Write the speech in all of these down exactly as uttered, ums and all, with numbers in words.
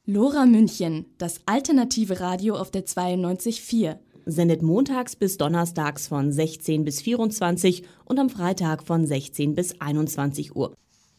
Lora München, das alternative Radio auf der zweiundneunzig Komma vier. Sendet montags bis donnerstags von sechzehn bis vierundzwanzig und am Freitag von sechzehn bis einundzwanzig Uhr.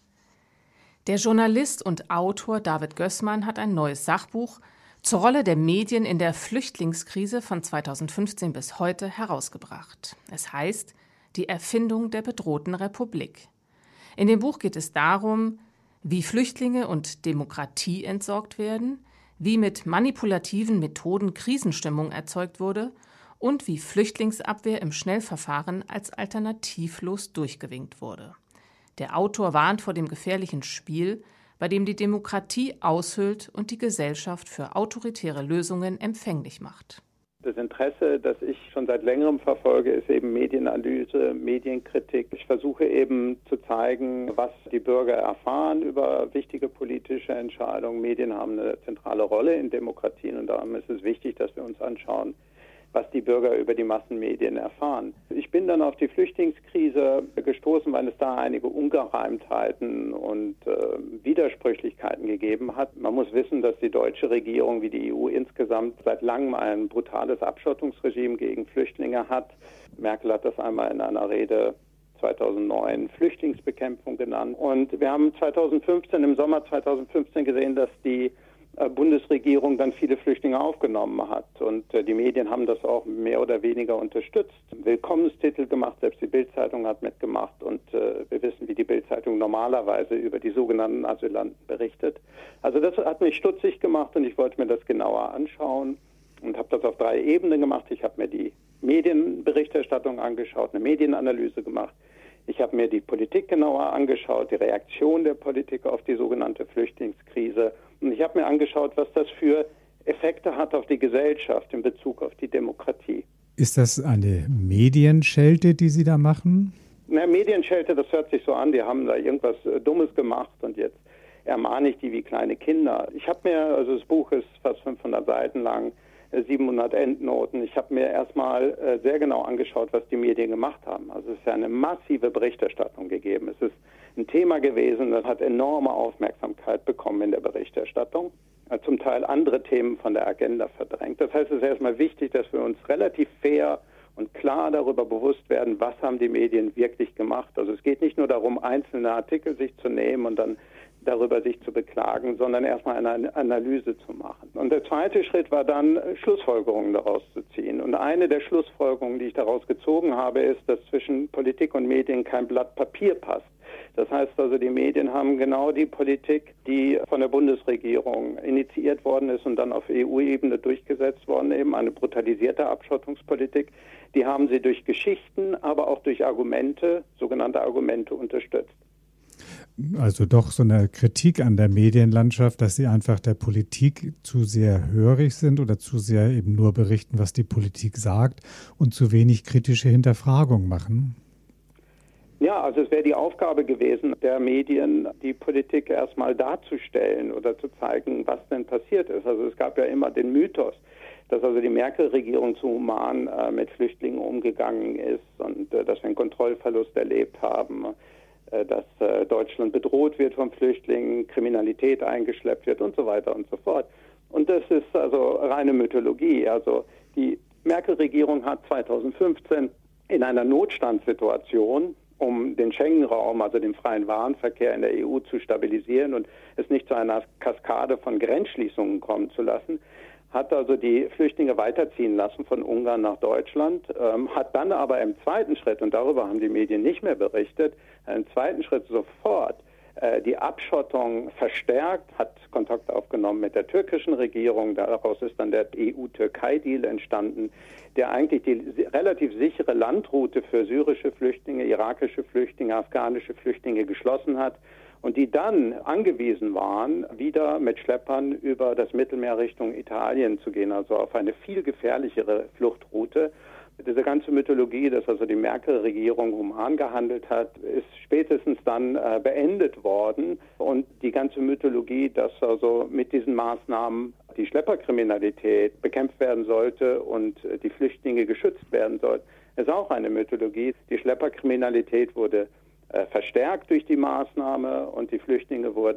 Der Journalist und Autor David Gößmann hat ein neues Sachbuch zur Rolle der Medien in der Flüchtlingskrise von zweitausendfünfzehn bis heute herausgebracht. Es heißt Die Erfindung der bedrohten Republik. In dem Buch geht es darum, wie Flüchtlinge und Demokratie entsorgt werden, wie mit manipulativen Methoden Krisenstimmung erzeugt wurde und wie Flüchtlingsabwehr im Schnellverfahren als alternativlos durchgewinkt wurde. Der Autor warnt vor dem gefährlichen Spiel, bei dem die Demokratie aushöhlt und die Gesellschaft für autoritäre Lösungen empfänglich macht. Das Interesse, das ich schon seit längerem verfolge, ist eben Medienanalyse, Medienkritik. Ich versuche eben zu zeigen, was die Bürger erfahren über wichtige politische Entscheidungen. Medien haben eine zentrale Rolle in Demokratien und darum ist es wichtig, dass wir uns anschauen, was die Bürger über die Massenmedien erfahren. Ich bin dann auf die Flüchtlingskrise gestoßen, weil es da einige Ungereimtheiten und äh, Widersprüchlichkeiten gegeben hat. Man muss wissen, dass die deutsche Regierung wie die E U insgesamt seit langem ein brutales Abschottungsregime gegen Flüchtlinge hat. Merkel hat das einmal in einer Rede zweitausendneun Flüchtlingsbekämpfung genannt. Und wir haben zweitausendfünfzehn, im Sommer zweitausendfünfzehn gesehen, dass die Bundesregierung dann viele Flüchtlinge aufgenommen hat. Und äh, die Medien haben das auch mehr oder weniger unterstützt. Willkommenstitel gemacht, selbst die Bild-Zeitung hat mitgemacht. Und äh, wir wissen, wie die Bild-Zeitung normalerweise über die sogenannten Asylanten berichtet. Also das hat mich stutzig gemacht und ich wollte mir das genauer anschauen und habe das auf drei Ebenen gemacht. Ich habe mir die Medienberichterstattung angeschaut, eine Medienanalyse gemacht. Ich habe mir die Politik genauer angeschaut, die Reaktion der Politik auf die sogenannte Flüchtlingskrise. Und ich habe mir angeschaut, was das für Effekte hat auf die Gesellschaft in Bezug auf die Demokratie. Ist das eine Medienschelte, die Sie da machen? Na, Medienschelte, das hört sich so an, die haben da irgendwas äh, Dummes gemacht und jetzt ermahne ich die wie kleine Kinder. Ich habe mir, also das Buch ist fast fünfhundert Seiten lang, siebenhundert Endnoten. Ich habe mir erstmal äh, sehr genau angeschaut, was die Medien gemacht haben. Also es ist ja eine massive Berichterstattung gegeben. Es ist ein Thema gewesen, das hat enorme Aufmerksamkeit bekommen in der Berichterstattung. Äh, zum Teil andere Themen von der Agenda verdrängt. Das heißt, es ist erstmal wichtig, dass wir uns relativ fair und klar darüber bewusst werden, was haben die Medien wirklich gemacht. Also es geht nicht nur darum, einzelne Artikel sich zu nehmen und dann darüber sich zu beklagen, sondern erstmal eine Analyse zu machen. Und der zweite Schritt war dann, Schlussfolgerungen daraus zu ziehen. Und eine der Schlussfolgerungen, die ich daraus gezogen habe, ist, dass zwischen Politik und Medien kein Blatt Papier passt. Das heißt also, die Medien haben genau die Politik, die von der Bundesregierung initiiert worden ist und dann auf E U-Ebene durchgesetzt worden, eben eine brutalisierte Abschottungspolitik, die haben sie durch Geschichten, aber auch durch Argumente, sogenannte Argumente unterstützt. Also doch so eine Kritik an der Medienlandschaft, dass sie einfach der Politik zu sehr hörig sind oder zu sehr eben nur berichten, was die Politik sagt und zu wenig kritische Hinterfragung machen? Ja, also es wäre die Aufgabe gewesen, der Medien die Politik erstmal darzustellen oder zu zeigen, was denn passiert ist. Also es gab ja immer den Mythos, dass also die Merkel-Regierung zu human äh, mit Flüchtlingen umgegangen ist und äh, dass wir einen Kontrollverlust erlebt haben, dass äh, Deutschland bedroht wird von Flüchtlingen, Kriminalität eingeschleppt wird und so weiter und so fort. Und das ist also reine Mythologie. Also die Merkel-Regierung hat zweitausendfünfzehn in einer Notstandssituation, um den Schengen-Raum, also den freien Warenverkehr in der E U zu stabilisieren und es nicht zu einer Kaskade von Grenzschließungen kommen zu lassen, hat also die Flüchtlinge weiterziehen lassen von Ungarn nach Deutschland, ähm, hat dann aber im zweiten Schritt, und darüber haben die Medien nicht mehr berichtet, im zweiten Schritt sofort äh, die Abschottung verstärkt, hat Kontakt aufgenommen mit der türkischen Regierung. Daraus ist dann der E U-Türkei-Deal entstanden, der eigentlich die relativ sichere Landroute für syrische Flüchtlinge, irakische Flüchtlinge, afghanische Flüchtlinge geschlossen hat. Und die dann angewiesen waren, wieder mit Schleppern über das Mittelmeer Richtung Italien zu gehen, also auf eine viel gefährlichere Fluchtroute. Diese ganze Mythologie, dass also die Merkel-Regierung human gehandelt hat, ist spätestens dann äh, beendet worden. Und die ganze Mythologie, dass also mit diesen Maßnahmen die Schlepperkriminalität bekämpft werden sollte und äh, die Flüchtlinge geschützt werden sollten, ist auch eine Mythologie. Die Schlepperkriminalität wurde verstärkt durch die Maßnahme und die Flüchtlinge wurden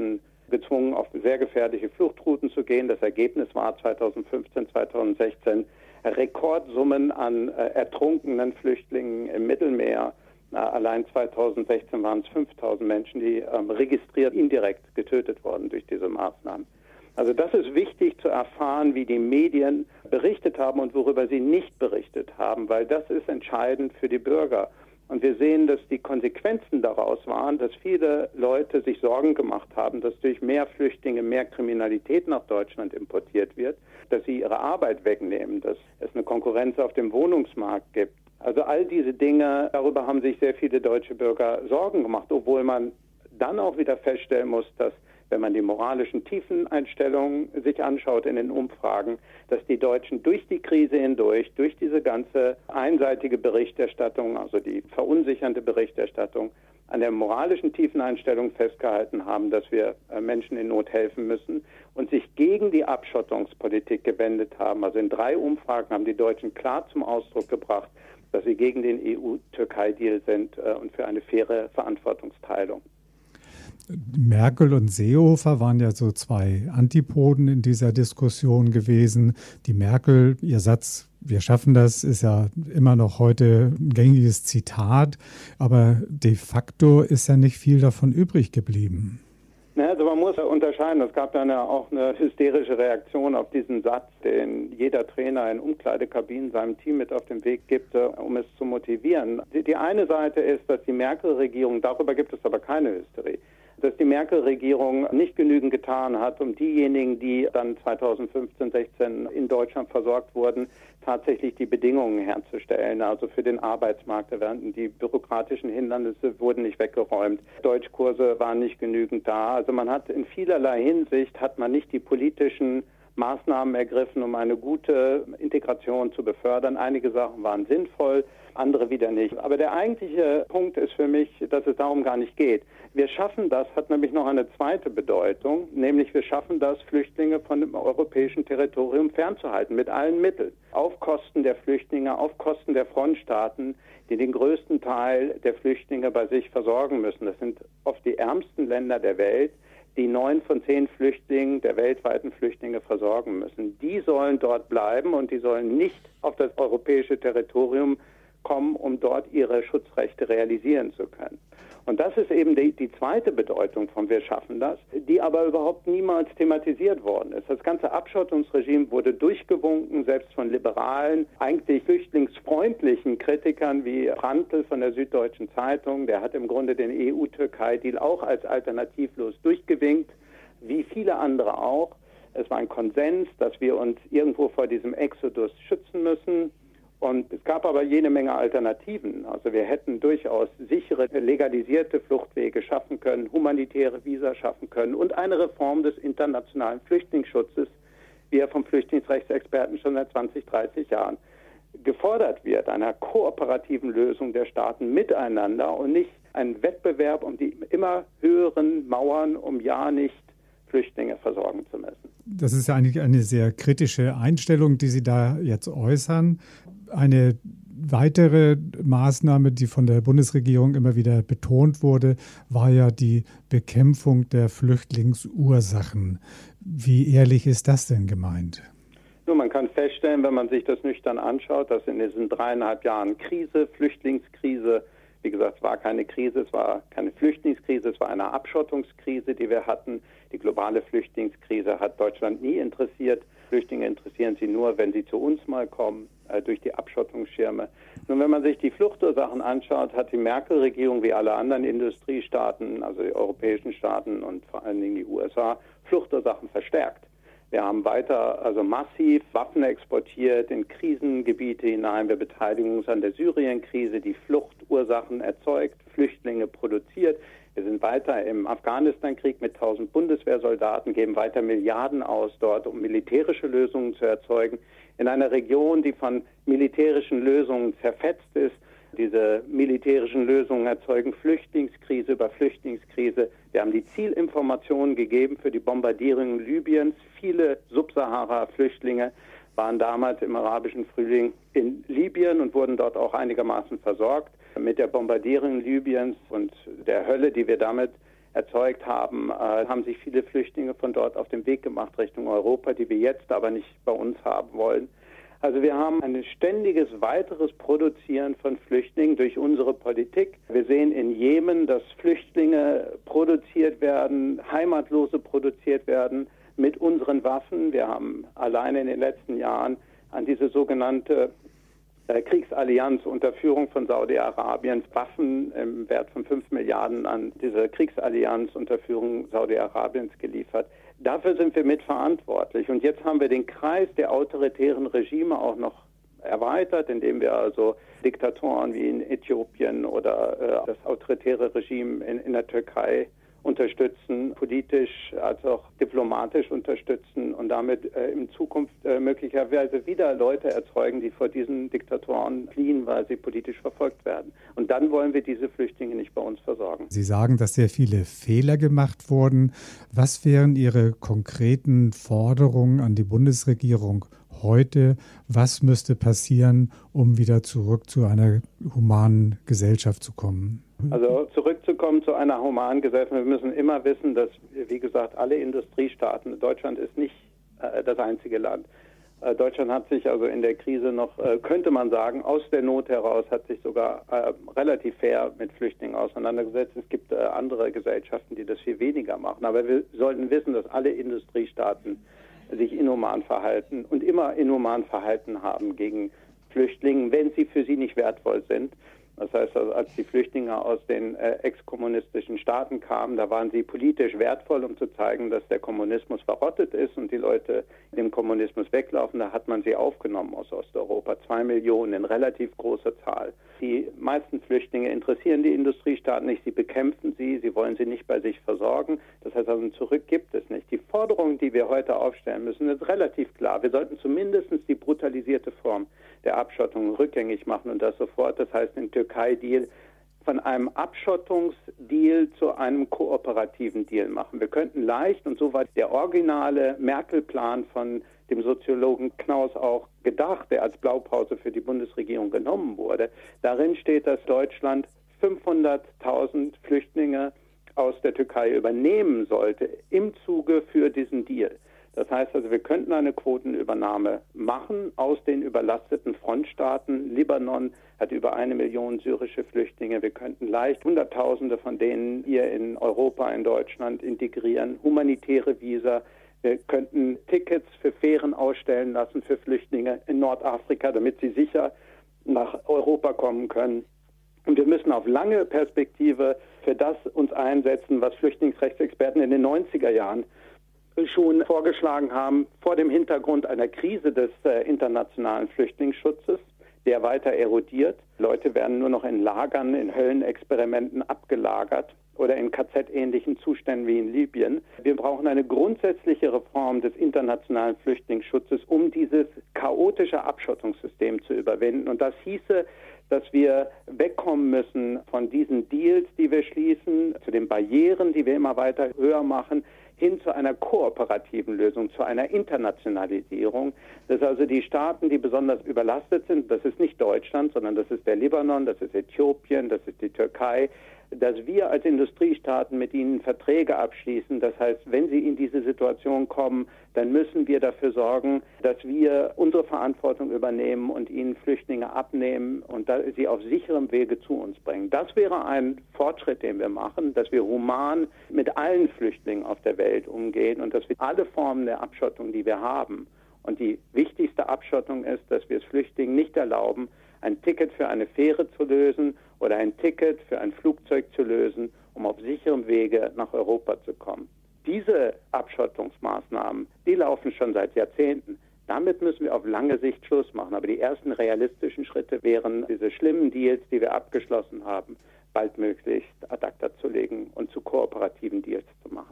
gezwungen, auf sehr gefährliche Fluchtrouten zu gehen. Das Ergebnis war zweitausendfünfzehn, zweitausendsechzehn Rekordsummen an äh, ertrunkenen Flüchtlingen im Mittelmeer. Äh, allein zweitausendsechzehn waren es fünftausend Menschen, die ähm, registriert indirekt getötet wurden durch diese Maßnahmen. Also das ist wichtig zu erfahren, wie die Medien berichtet haben und worüber sie nicht berichtet haben, weil das ist entscheidend für die Bürger. Und wir sehen, dass die Konsequenzen daraus waren, dass viele Leute sich Sorgen gemacht haben, dass durch mehr Flüchtlinge mehr Kriminalität nach Deutschland importiert wird, dass sie ihre Arbeit wegnehmen, dass es eine Konkurrenz auf dem Wohnungsmarkt gibt. Also all diese Dinge, darüber haben sich sehr viele deutsche Bürger Sorgen gemacht, obwohl man dann auch wieder feststellen muss, dass, wenn man die moralischen Tiefeneinstellungen sich anschaut in den Umfragen, dass die Deutschen durch die Krise hindurch, durch diese ganze einseitige Berichterstattung, also die verunsichernde Berichterstattung, an der moralischen Tiefeneinstellung festgehalten haben, dass wir Menschen in Not helfen müssen und sich gegen die Abschottungspolitik gewendet haben. Also in drei Umfragen haben die Deutschen klar zum Ausdruck gebracht, dass sie gegen den E U-Türkei-Deal sind und für eine faire Verantwortungsteilung. Merkel und Seehofer waren ja so zwei Antipoden in dieser Diskussion gewesen. Die Merkel, ihr Satz, wir schaffen das, ist ja immer noch heute ein gängiges Zitat, aber de facto ist ja nicht viel davon übrig geblieben. Also man muss unterscheiden, es gab dann ja auch eine hysterische Reaktion auf diesen Satz, den jeder Trainer in Umkleidekabinen seinem Team mit auf den Weg gibt, um es zu motivieren. Die eine Seite ist, dass die Merkel-Regierung, darüber gibt es aber keine Hysterie, dass die Merkel-Regierung nicht genügend getan hat, um diejenigen, die dann zweitausendfünfzehn, sechzehn in Deutschland versorgt wurden, tatsächlich die Bedingungen herzustellen, also für den Arbeitsmarkt. Die bürokratischen Hindernisse wurden nicht weggeräumt. Deutschkurse waren nicht genügend da. Also man hat in vielerlei Hinsicht, hat man nicht die politischen Maßnahmen ergriffen, um eine gute Integration zu befördern. Einige Sachen waren sinnvoll, andere wieder nicht. Aber der eigentliche Punkt ist für mich, dass es darum gar nicht geht. Wir schaffen das, hat nämlich noch eine zweite Bedeutung, nämlich wir schaffen das, Flüchtlinge von dem europäischen Territorium fernzuhalten, mit allen Mitteln. Auf Kosten der Flüchtlinge, auf Kosten der Frontstaaten, die den größten Teil der Flüchtlinge bei sich versorgen müssen. Das sind oft die ärmsten Länder der Welt, die neun von zehn Flüchtlingen, der weltweiten Flüchtlinge, versorgen müssen. Die sollen dort bleiben und die sollen nicht auf das europäische Territorium kommen, um dort ihre Schutzrechte realisieren zu können. Und das ist eben die, die zweite Bedeutung von Wir schaffen das, die aber überhaupt niemals thematisiert worden ist. Das ganze Abschottungsregime wurde durchgewunken, selbst von liberalen, eigentlich flüchtlingsfreundlichen Kritikern wie Prantl von der Süddeutschen Zeitung. Der hat im Grunde den E U-Türkei-Deal auch als alternativlos durchgewinkt, wie viele andere auch. Es war ein Konsens, dass wir uns irgendwo vor diesem Exodus schützen müssen. Und es gab aber jede Menge Alternativen. Also wir hätten durchaus sichere, legalisierte Fluchtwege schaffen können, humanitäre Visa schaffen können und eine Reform des internationalen Flüchtlingsschutzes, wie er vom Flüchtlingsrechtsexperten schon seit zwanzig, dreißig Jahren gefordert wird, einer kooperativen Lösung der Staaten miteinander und nicht ein Wettbewerb um die immer höheren Mauern, um ja nicht Flüchtlinge versorgen zu müssen. Das ist ja eigentlich eine sehr kritische Einstellung, die Sie da jetzt äußern. Eine weitere Maßnahme, die von der Bundesregierung immer wieder betont wurde, war ja die Bekämpfung der Flüchtlingsursachen. Wie ehrlich ist das denn gemeint? Nun, man kann feststellen, wenn man sich das nüchtern anschaut, dass in diesen dreieinhalb Jahren Krise, Flüchtlingskrise, wie gesagt, es war keine Krise, es war keine Flüchtlingskrise, es war eine Abschottungskrise, die wir hatten. Die globale Flüchtlingskrise hat Deutschland nie interessiert. Flüchtlinge interessieren sie nur, wenn sie zu uns mal kommen, äh, durch die Abschottungsschirme. Nun, wenn man sich die Fluchtursachen anschaut, hat die Merkel-Regierung wie alle anderen Industriestaaten, also die europäischen Staaten und vor allen Dingen die U S A, Fluchtursachen verstärkt. Wir haben weiter also massiv Waffen exportiert in Krisengebiete hinein. Wir beteiligen uns an der Syrien-Krise, die Fluchtursachen erzeugt, Flüchtlinge produziert. Wir sind weiter im Afghanistan-Krieg mit tausend Bundeswehrsoldaten, geben weiter Milliarden aus dort, um militärische Lösungen zu erzeugen. In einer Region, die von militärischen Lösungen zerfetzt ist. Diese militärischen Lösungen erzeugen Flüchtlingskrise über Flüchtlingskrise. Wir haben die Zielinformationen gegeben für die Bombardierung Libyens. Viele Subsahara-Flüchtlinge waren damals im arabischen Frühling in Libyen und wurden dort auch einigermaßen versorgt. Mit der Bombardierung Libyens und der Hölle, die wir damit erzeugt haben, äh, haben sich viele Flüchtlinge von dort auf den Weg gemacht Richtung Europa, die wir jetzt aber nicht bei uns haben wollen. Also wir haben ein ständiges weiteres Produzieren von Flüchtlingen durch unsere Politik. Wir sehen in Jemen, dass Flüchtlinge produziert werden, Heimatlose produziert werden mit unseren Waffen. Wir haben alleine in den letzten Jahren an diese sogenannte äh, Kriegsallianz unter Führung von Saudi-Arabien Waffen im Wert von fünf Milliarden an diese Kriegsallianz unter Führung Saudi-Arabiens geliefert. Dafür sind wir mitverantwortlich. Und jetzt haben wir den Kreis der autoritären Regime auch noch erweitert, indem wir also Diktatoren wie in Äthiopien oder äh, das autoritäre Regime in, in der Türkei unterstützen, politisch als auch diplomatisch unterstützen und damit äh, in Zukunft äh, möglicherweise wieder Leute erzeugen, die vor diesen Diktatoren fliehen, weil sie politisch verfolgt werden. Und dann wollen wir diese Flüchtlinge nicht bei uns versorgen. Sie sagen, dass sehr viele Fehler gemacht wurden. Was wären Ihre konkreten Forderungen an die Bundesregierung heute? Was müsste passieren, um wieder zurück zu einer humanen Gesellschaft zu kommen? Also zurückzukommen zu einer humanen Gesellschaft. Wir müssen immer wissen, dass, wie gesagt, alle Industriestaaten, Deutschland ist nicht äh, das einzige Land. Äh, Deutschland hat sich also in der Krise noch, äh, könnte man sagen, aus der Not heraus, hat sich sogar äh, relativ fair mit Flüchtlingen auseinandergesetzt. Es gibt äh, andere Gesellschaften, die das viel weniger machen. Aber wir sollten wissen, dass alle Industriestaaten sich inhuman verhalten und immer inhuman verhalten haben gegen Flüchtlinge, wenn sie für sie nicht wertvoll sind. Das heißt, also, als die Flüchtlinge aus den äh, exkommunistischen Staaten kamen, da waren sie politisch wertvoll, um zu zeigen, dass der Kommunismus verrottet ist und die Leute dem Kommunismus weglaufen. Da hat man sie aufgenommen aus Osteuropa. Zwei Millionen in relativ großer Zahl. Die meisten Flüchtlinge interessieren die Industriestaaten nicht. Sie bekämpfen sie. Sie wollen sie nicht bei sich versorgen. Das heißt, also zurück gibt es nicht. Die Forderung, die wir heute aufstellen müssen, ist relativ klar. Wir sollten zumindest die brutalisierte Form der Abschottung rückgängig machen und das sofort. Das heißt, den Türkei-Deal von einem Abschottungsdeal zu einem kooperativen Deal machen. Wir könnten leicht, und so war der originale Merkel-Plan von dem Soziologen Knaus auch gedacht, der als Blaupause für die Bundesregierung genommen wurde. Darin steht, dass Deutschland fünfhunderttausend Flüchtlinge aus der Türkei übernehmen sollte im Zuge für diesen Deal. Das heißt also, wir könnten eine Quotenübernahme machen aus den überlasteten Frontstaaten. Libanon hat über eine Million syrische Flüchtlinge. Wir könnten leicht Hunderttausende von denen hier in Europa, in Deutschland integrieren. Humanitäre Visa. Wir könnten Tickets für Fähren ausstellen lassen für Flüchtlinge in Nordafrika, damit sie sicher nach Europa kommen können. Und wir müssen auf lange Perspektive für das uns einsetzen, was Flüchtlingsrechtsexperten in den neunziger Jahren schon vorgeschlagen haben, vor dem Hintergrund einer Krise des äh, internationalen Flüchtlingsschutzes, der weiter erodiert. Leute werden nur noch in Lagern, in Höllenexperimenten abgelagert oder in K Z-ähnlichen Zuständen wie in Libyen. Wir brauchen eine grundsätzliche Reform des internationalen Flüchtlingsschutzes, um dieses chaotische Abschottungssystem zu überwinden. Und das hieße, dass wir wegkommen müssen von diesen Deals, die wir schließen, zu den Barrieren, die wir immer weiter höher machen, hin zu einer kooperativen Lösung, zu einer Internationalisierung. Dass also die Staaten, die besonders überlastet sind, das ist nicht Deutschland, sondern das ist der Libanon, das ist Äthiopien, das ist die Türkei, dass wir als Industriestaaten mit ihnen Verträge abschließen. Das heißt, wenn sie in diese Situation kommen, dann müssen wir dafür sorgen, dass wir unsere Verantwortung übernehmen und ihnen Flüchtlinge abnehmen und sie auf sicherem Wege zu uns bringen. Das wäre ein Fortschritt, den wir machen, dass wir human mit allen Flüchtlingen auf der Welt umgehen und dass wir alle Formen der Abschottung, die wir haben, und die wichtigste Abschottung ist, dass wir es Flüchtlingen nicht erlauben, ein Ticket für eine Fähre zu lösen oder ein Ticket für ein Flugzeug zu lösen, um auf sicherem Wege nach Europa zu kommen. Diese Abschottungsmaßnahmen, die laufen schon seit Jahrzehnten. Damit müssen wir auf lange Sicht Schluss machen. Aber die ersten realistischen Schritte wären, diese schlimmen Deals, die wir abgeschlossen haben, baldmöglichst ad acta zu legen und zu kooperativen Deals zu machen.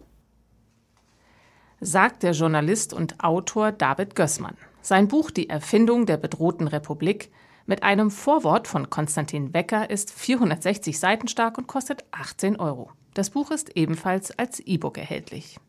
Sagt der Journalist und Autor David Gößmann. Sein Buch »Die Erfindung der bedrohten Republik« mit einem Vorwort von Konstantin Wecker ist vierhundertsechzig Seiten stark und kostet achtzehn Euro. Das Buch ist ebenfalls als E-Book erhältlich.